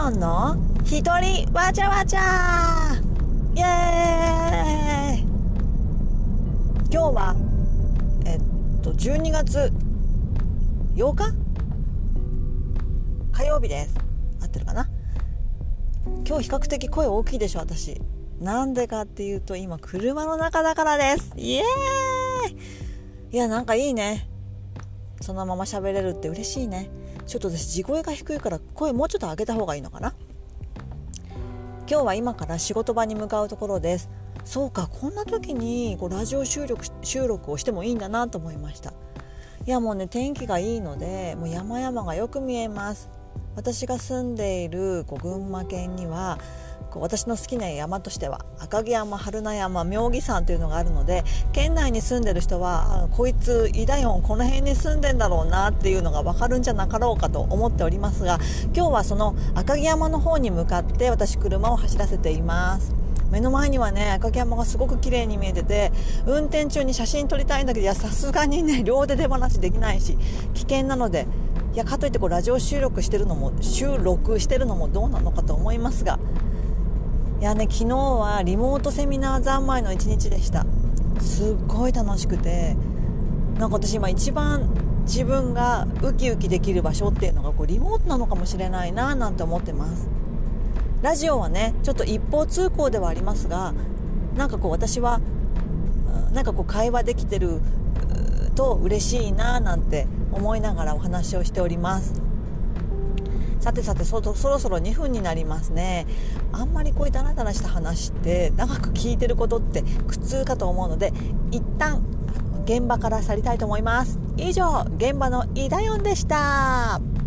ヨンの一人わちゃわちゃイエーイ。今日は12月8日火曜日です。合ってるかな。今日比較的声大きいでしょ私。なんでかっていうと今車の中だからです。イエーイ。いやなんかいいね、そのまま喋れるって嬉しいね。ちょっと私地声が低いから声もうちょっと上げた方がいいのかな。今日は今から仕事場に向かうところです。そうか、こんな時にラジオ収録をしてもいいんだなと思いました。いやもうね、天気がいいのでもう山々がよく見えます。私が住んでいる群馬県には私の好きな山としては赤城山、榛名山、妙義山というのがあるので、県内に住んでる人はこいつイダヨンこの辺に住んでんだろうなっていうのが分かるんじゃなかろうかと思っておりますが、今日はその赤城山の方に向かって私車を走らせています。目の前にはね、赤城山がすごく綺麗に見えてて、運転中に写真撮りたいんだけど、いやさすがにね両手手放しできないし危険なので、いやかといってラジオ収録してるのもどうなのかと思いますが、いやね、昨日はリモートセミナー三昧の一日でした。すっごい楽しくて、なんか私今一番自分がウキウキできる場所っていうのがリモートなのかもしれないななんて思ってます。ラジオはねちょっと一方通行ではありますが、なんか私はなんか会話できてると嬉しいななんて思いながらお話をしております。さてそろそろ2分になりますね。あんまりダラダラした話って長く聞いてることって苦痛かと思うので、一旦現場から去りたいと思います。以上、現場のイダヨンでした。